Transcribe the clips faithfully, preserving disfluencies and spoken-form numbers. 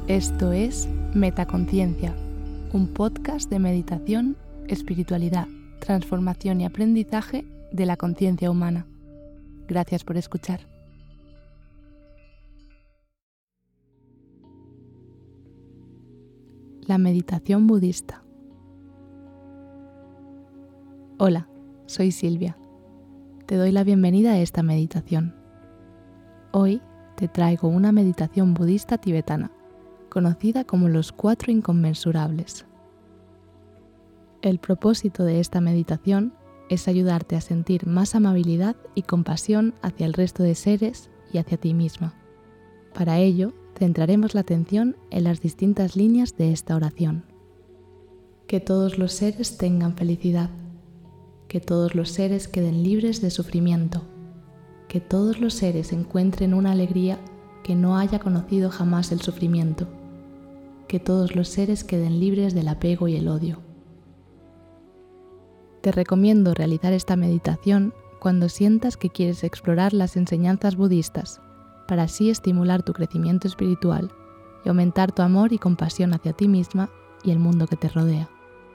Esto es Metaconciencia, un podcast de meditación, espiritualidad, transformación y aprendizaje de la conciencia humana. Gracias por escuchar. La meditación budista. Hola, soy Silvia. Te doy la bienvenida a esta meditación. Hoy te traigo una meditación budista tibetana, conocida como los cuatro inconmensurables. El propósito de esta meditación es ayudarte a sentir más amabilidad y compasión hacia el resto de seres y hacia ti misma. Para ello, centraremos la atención en las distintas líneas de esta oración. Que todos los seres tengan felicidad, que todos los seres queden libres de sufrimiento, que todos los seres encuentren una alegría que no haya conocido jamás el sufrimiento, que todos los seres queden libres del apego y el odio. Te recomiendo realizar esta meditación cuando sientas que quieres explorar las enseñanzas budistas, para así estimular tu crecimiento espiritual y aumentar tu amor y compasión hacia ti misma y el mundo que te rodea.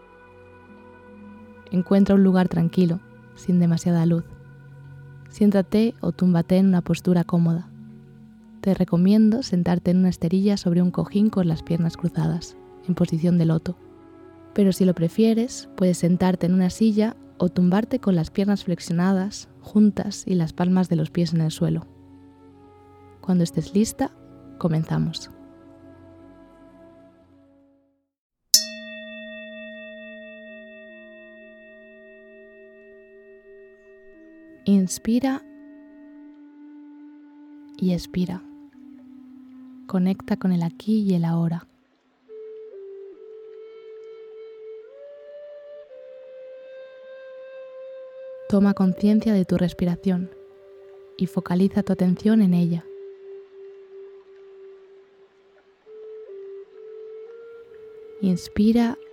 Encuentra un lugar tranquilo, sin demasiada luz. Siéntate o túmbate en una postura cómoda. Te recomiendo sentarte en una esterilla sobre un cojín con las piernas cruzadas, en posición de loto. Pero si lo prefieres, puedes sentarte en una silla o tumbarte con las piernas flexionadas, juntas y las palmas de los pies en el suelo. Cuando estés lista, comenzamos. Inspira y expira. Conecta con el aquí y el ahora. Toma conciencia de tu respiración y focaliza tu atención en ella. Inspira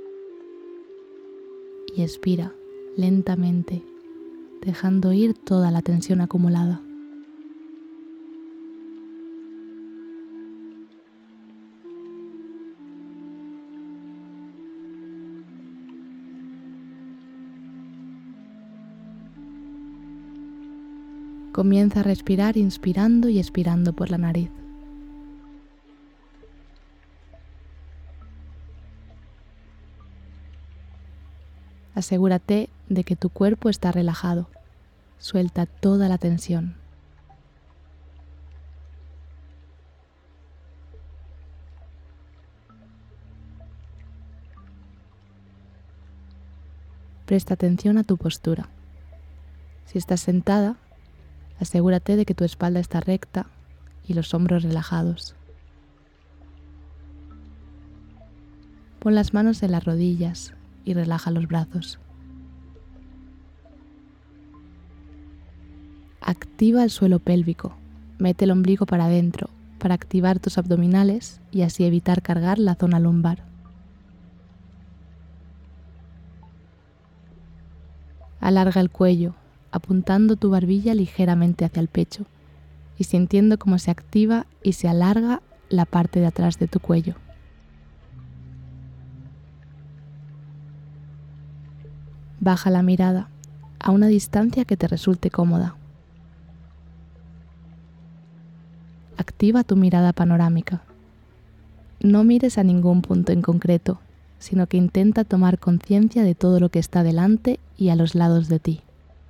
y expira lentamente, dejando ir toda la tensión acumulada. Comienza a respirar inspirando y expirando por la nariz. Asegúrate de que tu cuerpo está relajado. Suelta toda la tensión. Presta atención a tu postura. Si estás sentada, asegúrate de que tu espalda está recta y los hombros relajados. Pon las manos en las rodillas y relaja los brazos. Activa el suelo pélvico. Mete el ombligo para adentro para activar tus abdominales y así evitar cargar la zona lumbar. Alarga el cuello, apuntando tu barbilla ligeramente hacia el pecho y sintiendo cómo se activa y se alarga la parte de atrás de tu cuello. Baja la mirada a una distancia que te resulte cómoda. Activa tu mirada panorámica. No mires a ningún punto en concreto, sino que intenta tomar conciencia de todo lo que está delante y a los lados de ti.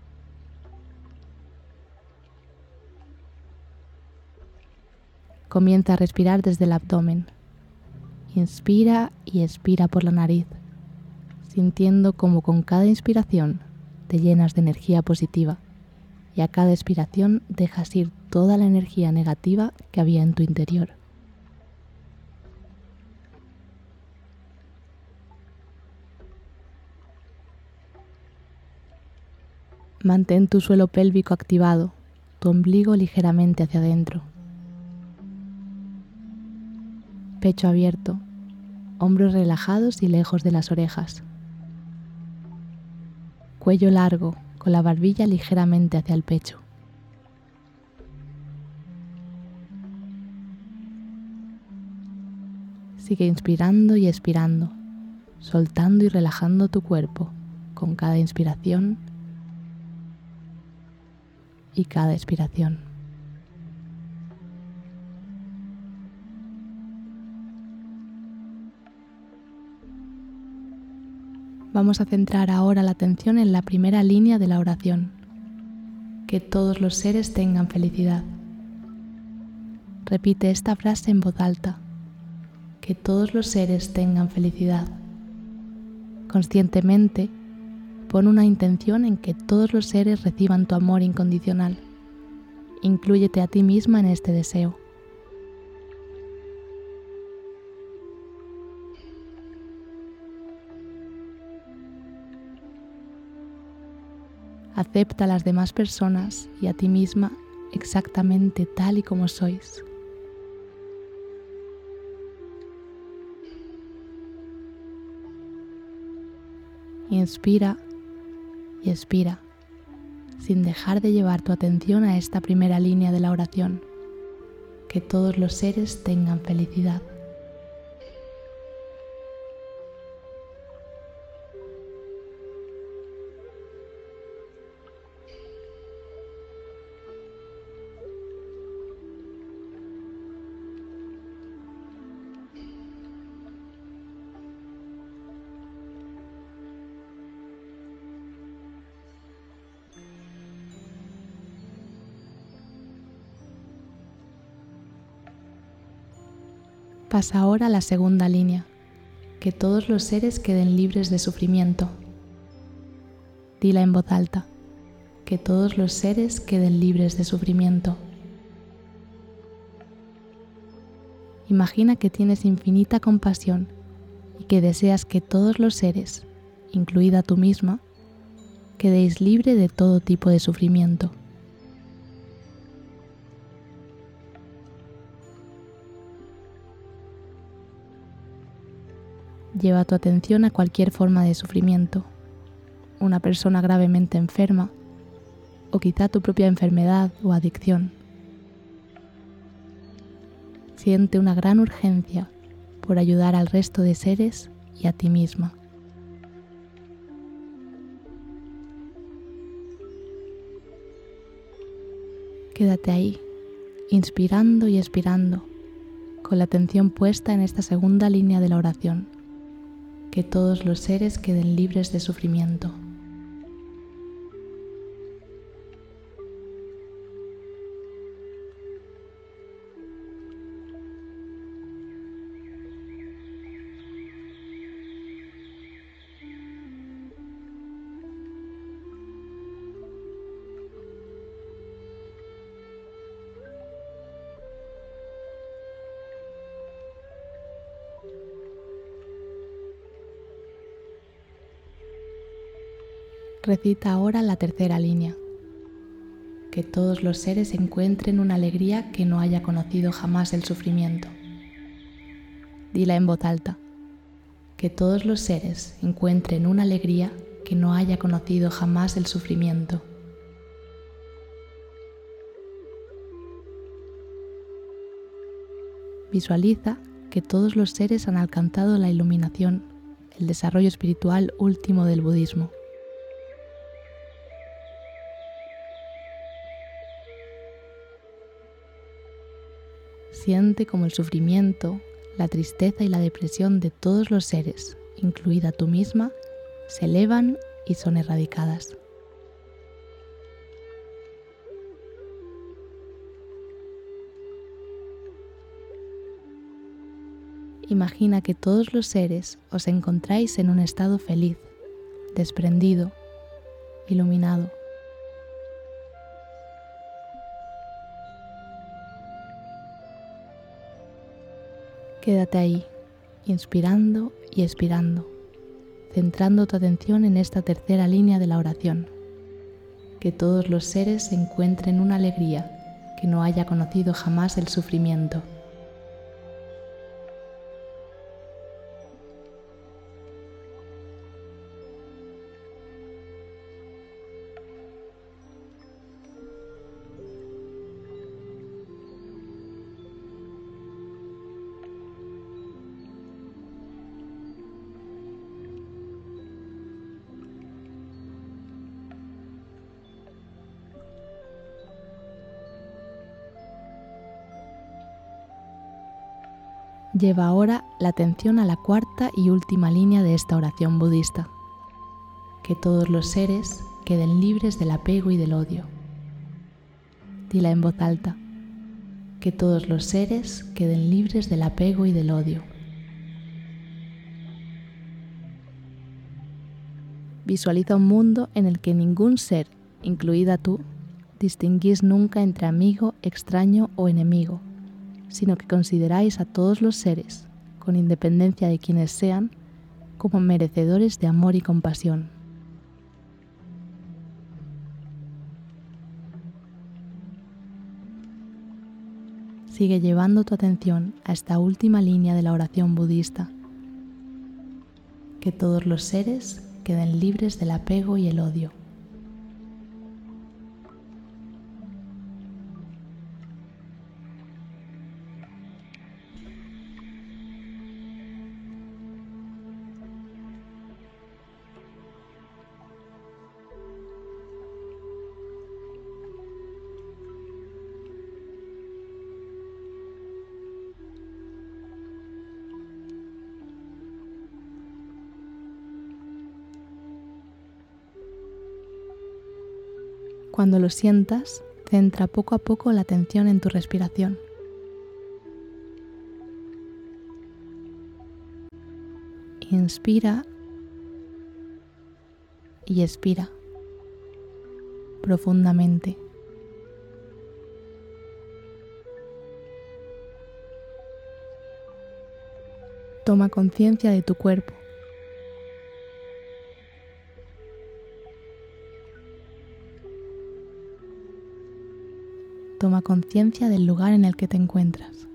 Comienza a respirar desde el abdomen. Inspira y expira por la nariz, sintiendo cómo con cada inspiración te llenas de energía positiva y a cada expiración dejas ir toda la energía negativa que había en tu interior. Mantén tu suelo pélvico activado, tu ombligo ligeramente hacia adentro. Pecho abierto, hombros relajados y lejos de las orejas. Cuello largo, con la barbilla ligeramente hacia el pecho. Sigue inspirando y expirando, soltando y relajando tu cuerpo con cada inspiración y cada expiración. Vamos a centrar ahora la atención en la primera línea de la oración. Que todos los seres tengan felicidad. Repite esta frase en voz alta. Que todos los seres tengan felicidad. Conscientemente, pon una intención en que todos los seres reciban tu amor incondicional. Inclúyete a ti misma en este deseo. Acepta a las demás personas y a ti misma exactamente tal y como sois. Inspira y expira, sin dejar de llevar tu atención a esta primera línea de la oración. Que todos los seres tengan felicidad. Pasa ahora a la segunda línea. Que todos los seres queden libres de sufrimiento. Dila en voz alta. Que todos los seres queden libres de sufrimiento. Imagina que tienes infinita compasión y que deseas que todos los seres, incluida tú misma, quedéis libre de todo tipo de sufrimiento. Lleva tu atención a cualquier forma de sufrimiento, una persona gravemente enferma o quizá tu propia enfermedad o adicción. Siente una gran urgencia por ayudar al resto de seres y a ti misma. Quédate ahí, inspirando y expirando, con la atención puesta en esta segunda línea de la oración. Que todos los seres queden libres de sufrimiento. Recita ahora la tercera línea. Que todos los seres encuentren una alegría que no haya conocido jamás el sufrimiento. Dila en voz alta. Que todos los seres encuentren una alegría que no haya conocido jamás el sufrimiento. Visualiza que todos los seres han alcanzado la iluminación, el desarrollo espiritual último del budismo. Siente como el sufrimiento, la tristeza y la depresión de todos los seres, incluida tú misma, se elevan y son erradicadas. Imagina que todos los seres os encontráis en un estado feliz, desprendido, iluminado. Quédate ahí, inspirando y expirando, centrando tu atención en esta tercera línea de la oración. Que todos los seres encuentren una alegría que no haya conocido jamás el sufrimiento. Lleva ahora la atención a la cuarta y última línea de esta oración budista. Que todos los seres queden libres del apego y del odio. Dila en voz alta. Que todos los seres queden libres del apego y del odio. Visualiza un mundo en el que ningún ser, incluida tú, distinguís nunca entre amigo, extraño o enemigo, sino que consideráis a todos los seres, con independencia de quienes sean, como merecedores de amor y compasión. Sigue llevando tu atención a esta última línea de la oración budista. Que todos los seres queden libres del apego y el odio. Cuando lo sientas, centra poco a poco la atención en tu respiración. Inspira y expira profundamente. Toma conciencia de tu cuerpo. Toma conciencia del lugar en el que te encuentras.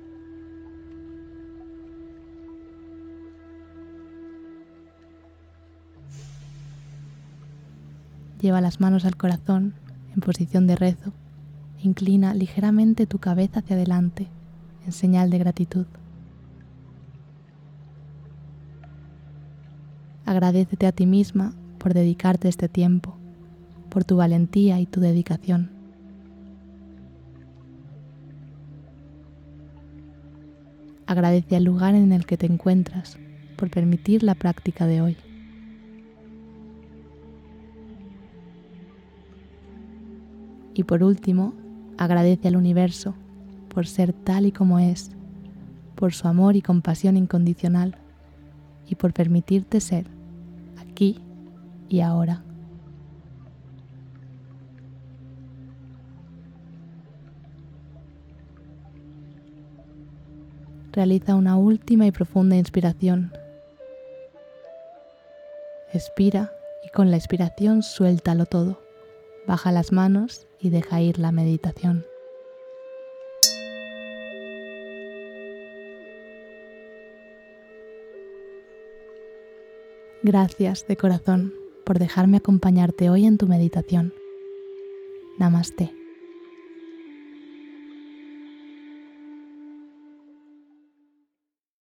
Lleva las manos al corazón en posición de rezo e inclina ligeramente tu cabeza hacia adelante en señal de gratitud. Agradécete a ti misma por dedicarte este tiempo, por tu valentía y tu dedicación. Agradece al lugar en el que te encuentras por permitir la práctica de hoy. Y por último, agradece al universo por ser tal y como es, por su amor y compasión incondicional y por permitirte ser aquí y ahora. Realiza una última y profunda inspiración. Expira y con la expiración suéltalo todo. Baja las manos y deja ir la meditación. Gracias de corazón por dejarme acompañarte hoy en tu meditación. Namaste.